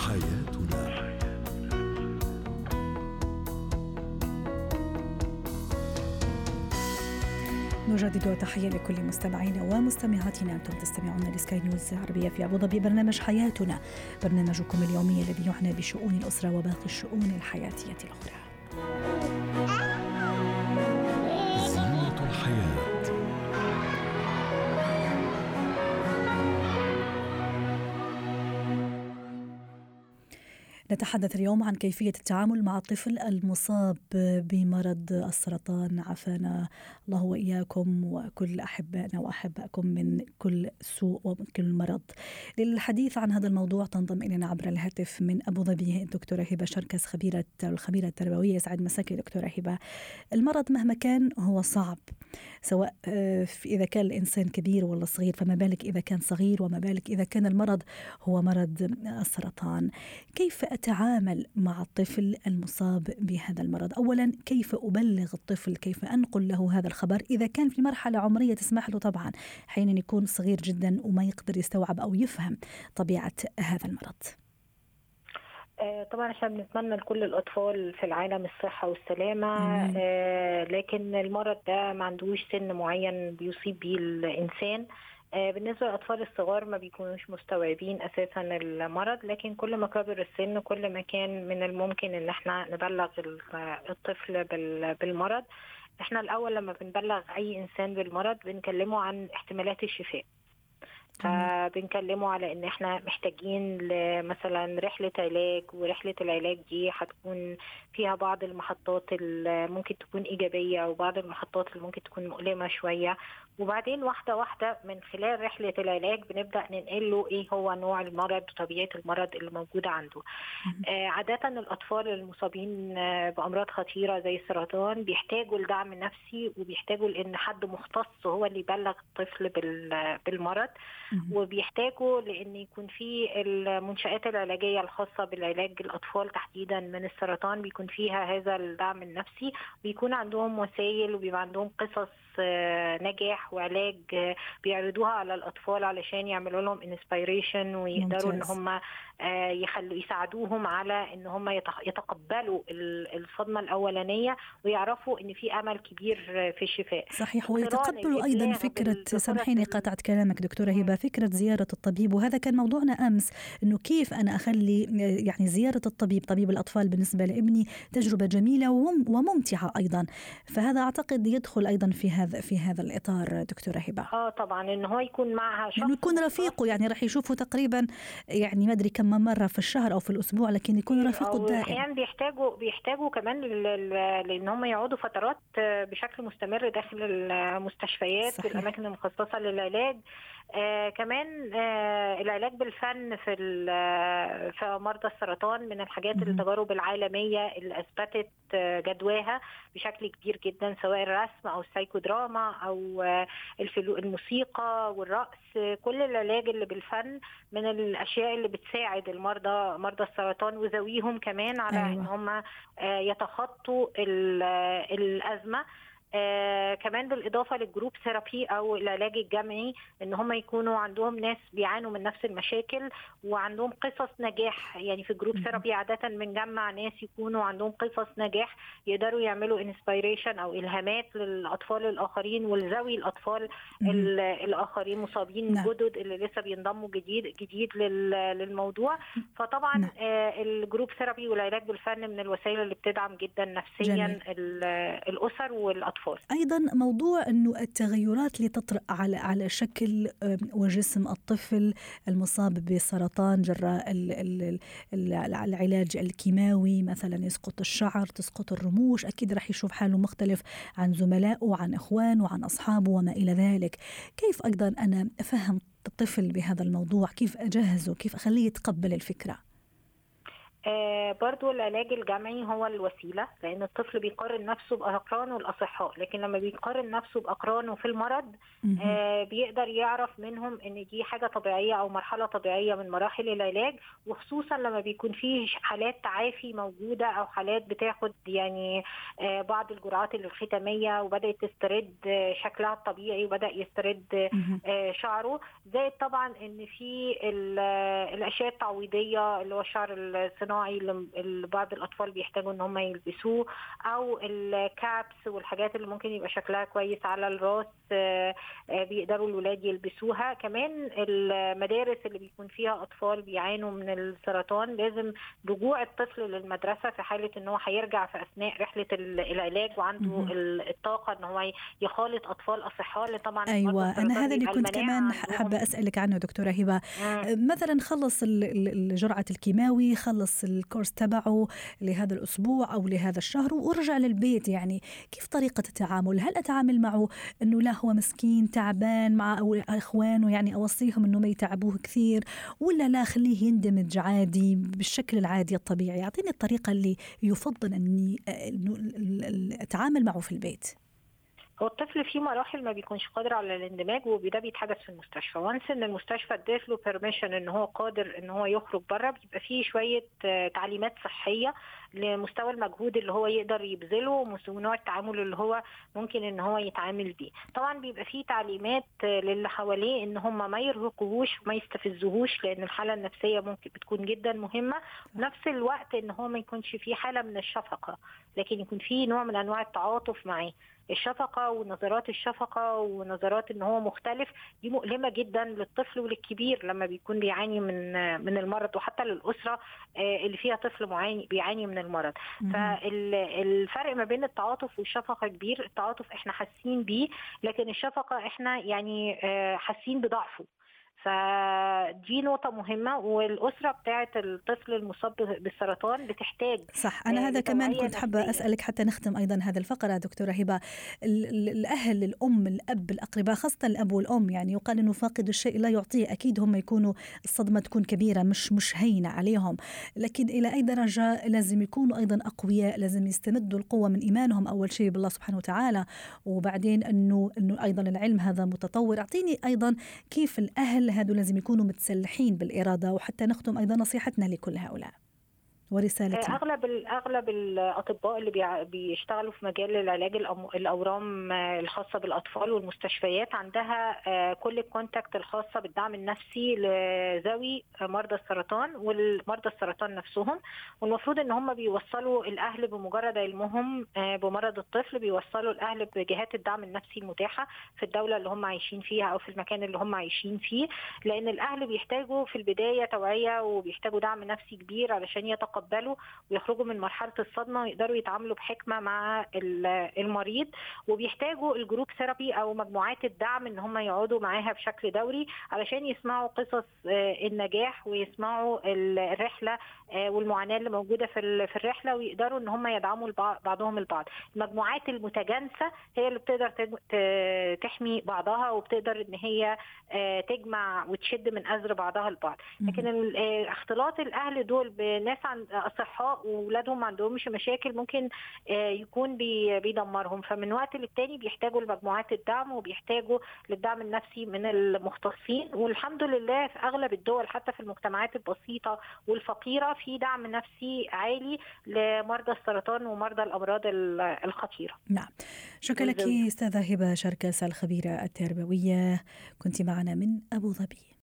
حياتنا. نجدد تحية لكل مستمعينا ومستمعاتنا. أنتم تستمعون لسكاي نيوز عربية في أبو ظبي، برنامج حياتنا، برنامجكم اليومي الذي يعنى بشؤون الأسرة وباقي الشؤون الحياتية الأخرى. زينة الحياة. نتحدث اليوم عن كيفية التعامل مع الطفل المصاب بمرض السرطان، عافانا الله وإياكم وكل أحبائنا وأحبائكم من كل سوء ومن كل مرض. للحديث عن هذا الموضوع تنضم إلينا عبر الهاتف من أبو ظبي الدكتورة هبة شركس، الخبيرة التربوية. يسعد مساكي دكتورة هبة. المرض مهما كان هو صعب، سواء إذا كان الإنسان كبير ولا صغير، فما بالك إذا كان صغير وما بالك إذا كان المرض هو مرض السرطان. كيف أتعامل مع الطفل المصاب بهذا المرض؟ أولا، كيف أبلغ الطفل، كيف أنقل له هذا الخبر إذا كان في مرحلة عمرية تسمح له طبعا، حين يكون صغير جدا وما يقدر يستوعب أو يفهم طبيعة هذا المرض؟ طبعا احنا بنتمنى لكل الأطفال في العالم الصحة والسلامة، لكن المرض ده ما عندوش سن معين بيصيب بيه الإنسان. بالنسبة للأطفال الصغار ما بيكونوش مستوعبين أساسا المرض، لكن كل ما كبر السن كل ما كان من الممكن إن احنا نبلغ الطفل بالمرض. احنا الأول لما بنبلغ أي إنسان بالمرض بنكلمه عن احتمالات الشفاء، فبنكلمه على ان احنا محتاجين مثلا رحلة علاج، ورحلة العلاج دي هتكون فيها بعض المحطات اللي ممكن تكون ايجابية وبعض المحطات اللي ممكن تكون مؤلمة شوية. وبعدين واحدة واحدة من خلال رحلة العلاج بنبدأ ننقل له ايه هو نوع المرض وطبيعة المرض اللي موجودة عنده. عادة الأطفال المصابين بأمراض خطيرة زي السرطان بيحتاجوا لدعم نفسي، وبيحتاجوا لأن حد مختص هو اللي يبلغ الطفل بالمرض، وبيحتاجوا لأن يكون في المنشآت العلاجية الخاصة بالعلاج الأطفال تحديدا من السرطان بيكون فيها هذا الدعم النفسي، بيكون عندهم وسائل وبيبقى عندهم قصص نجاح وعلاج بيعرضوها على الأطفال علشان يعملوا لهم انسبيريشن ويقدروا ان هم يساعدوهم على ان هم يتقبلوا الصدمة الأولانية ويعرفوا ان في أمل كبير في الشفاء. صحيح، ويتقبلوا أيضا فكرة، سامحيني قطعت كلامك دكتورة هبة، فكرة زيارة الطبيب. وهذا كان موضوعنا أمس، انه كيف أنا أخلي يعني زيارة الطبيب، طبيب الأطفال، بالنسبة لابني تجربة جميلة وممتعة أيضا. فهذا أعتقد يدخل أيضا في هذا الإطار دكتورة هبة. طبعا إن هو يكون معها شخص، يعني يكون رفيقه، يعني راح يشوفه تقريبا يعني ما أدري كم مرة في الشهر أو في الأسبوع، لكن يكون رفيقه الدائم. أحيانا بيحتاجوا كمان لأن هم يقعدوا فترات بشكل مستمر داخل المستشفيات والأماكن المخصصة للعلاج. كمان العلاج بالفن في مرضى السرطان من الحاجات التجارب العالمية اللي أثبتت جدواها بشكل كبير جدا، سواء الرسم أو السايكودراما أو الموسيقى والرقص. كل العلاج اللي بالفن من الأشياء اللي بتساعد مرضى السرطان وذويهم كمان على أن هم يتخطوا الأزمة. كمان بالإضافة للجروب ثيرابي أو العلاج الجمعي، إن هم يكونوا عندهم ناس بيعانوا من نفس المشاكل وعندهم قصص نجاح. يعني في الجروب ثيرابي عادة بنجمع ناس يكونوا عندهم قصص نجاح يقدروا يعملوا انسبيريشن أو إلهامات للأطفال الآخرين والذوي الأطفال الآخرين مصابين جدد اللي لسه بينضموا جديد للموضوع. فطبعا الجروب ثيرابي والعلاج بالفن من الوسائل اللي بتدعم جدا نفسيا الأسر والأطفال. أيضا موضوع أنه التغيرات اللي تطرأ على شكل وجسم الطفل المصاب بسرطان جراء العلاج الكيماوي، مثلا يسقط الشعر، تسقط الرموش، أكيد رح يشوف حاله مختلف عن زملائه وعن إخوانه وعن أصحابه وما إلى ذلك. كيف أيضا أنا أفهم الطفل بهذا الموضوع؟ كيف أجهزه؟ كيف أخليه يتقبل الفكرة؟ برضو العلاج الجمعي هو الوسيلة، لأن الطفل بيقارن نفسه بأقرانه الأصحاء، لكن لما بيقارن نفسه بأقرانه في المرض بيقدر يعرف منهم إن دي حاجة طبيعية أو مرحلة طبيعية من مراحل العلاج، وخصوصا لما بيكون فيه حالات تعافي موجودة أو حالات بتاخد يعني بعض الجرعات الختامية وبدأت تسترد شكلها الطبيعي وبدأ يسترد شعره. زائد طبعا إن في الأشياء التعويضية اللي هو الشعر الصناعي اللي بعض الأطفال بيحتاجوا إن هم يلبسوه، أو الكابس والحاجات اللي ممكن يبقى شكلها كويس على الراس بيقدروا الولاد يلبسوها. كمان المدارس اللي بيكون فيها أطفال بيعانوا من السرطان لازم رجوع الطفل للمدرسة في حالة إن هو هيرجع في أثناء رحلة العلاج وعنده الطاقة إن هو يخالط أطفال أصحاء، اللي طبعا أيوة أنا هذا اللي كنت كمان حابة أسألك عنه دكتورة هبة. مثلا خلص الجرعة الكيماوي، خلص الكورس تبعه لهذا الأسبوع أو لهذا الشهر ورجع للبيت، يعني كيف طريقة التعامل؟ هل أتعامل معه أنه لا هو مسكين تعبان مع إخوانه يعني أوصيهم أنه ما يتعبوه كثير، ولا لا خليه يندمج عادي بالشكل العادي الطبيعي؟ أعطيني الطريقة اللي يفضل أني أتعامل معه في البيت. هو الطفل في مراحل ما بيكونش قادر على الاندماج وده بيتحدث في المستشفى. وانس ان المستشفى ادت له بيرميشن ان هو قادر ان هو يخرج بره، بيبقى فيه شويه تعليمات صحيه لمستوى المجهود اللي هو يقدر يبذله ونوع التعامل اللي هو ممكن ان هو يتعامل بيه. طبعا بيبقى فيه تعليمات للي حواليه ان هم ما يرهقوهوش وما يستفزوهوش، لان الحاله النفسيه ممكن بتكون جدا مهمه. ونفس الوقت ان هو ما يكونش فيه حاله من الشفقه، لكن يكون فيه نوع من انواع التعاطف معاه. الشفقة ونظرات الشفقة ونظرات ان هو مختلف دي مؤلمة جدا للطفل وللكبير لما بيكون بيعاني من المرض، وحتى للأسرة اللي فيها طفل بيعاني من المرض. فالفرق ما بين التعاطف والشفقة كبير. التعاطف احنا حاسين بيه، لكن الشفقة احنا يعني حاسين بضعفه. فدي نقطة مهمة. والأسرة بتاعت الطفل المصاب بالسرطان بتحتاج صح. أنا هذا كمان كنت حابة أسألك حتى نختم أيضا هذا الفقرة دكتورة هبة. الأهل، الأم، الأب، الأقرباء، خاصة الأب والأم، يعني يقال إنه فاقد الشيء لا يعطيه. أكيد هم يكونوا الصدمة تكون كبيرة مش هينة عليهم، لكن إلى أي درجة لازم يكونوا أيضا أقوياء، لازم يستمدوا القوة من إيمانهم أول شيء بالله سبحانه وتعالى، وبعدين إنه أيضا العلم هذا متطور. أعطيني أيضا كيف الأهل هادو لازم يكونوا متسلحين بالإرادة، وحتى نختم أيضا نصيحتنا لكل هؤلاء ورسالتنا. أغلب الأطباء اللي بيشتغلوا في مجال العلاج الأورام الخاصة بالأطفال والمستشفيات عندها كل الكونتاكت الخاصة بالدعم النفسي لذوي مرضى السرطان والمرضى السرطان نفسهم. والمفروض إن هم بيوصلوا الأهل بمجرد علمهم بمرض الطفل، بيوصلوا الأهل بجهات الدعم النفسي المتاحة في الدولة اللي هم عايشين فيها أو في المكان اللي هم عايشين فيه، لأن الأهل بيحتاجوا في البداية توعية وبيحتاجوا دعم نفسي كبير علشان يتقبلوا ويخرجوا من مرحلة الصدمة ويقدروا يتعاملوا بحكمة مع المريض. وبيحتاجوا الجروب ثيرابي أو مجموعات الدعم إن هم يقعدوا معاها بشكل دوري علشان يسمعوا قصص النجاح ويسمعوا الرحلة والمعاناة اللي موجودة في الرحلة، ويقدروا إن هم يدعموا بعضهم البعض. المجموعات المتجانسة هي اللي بتقدر تحمي بعضها وبتقدر إن هي تجمع وتشد من أزر بعضها البعض. لكن اختلاط الأهل دول بناس أصحاء وولادهم ما عندهمش مشاكل ممكن يكون بيدمرهم. فمن وقت للتاني بيحتاجوا لمجموعات الدعم وبيحتاجوا للدعم النفسي من المختصين. والحمد لله في أغلب الدول حتى في المجتمعات البسيطة والفقيرة في دعم نفسي عالي لمرضى السرطان ومرضى الأمراض الخطيرة. نعم، شكرا لك أستاذة هبة شركس الخبيرة التربوية، كنت معنا من أبو ظبي.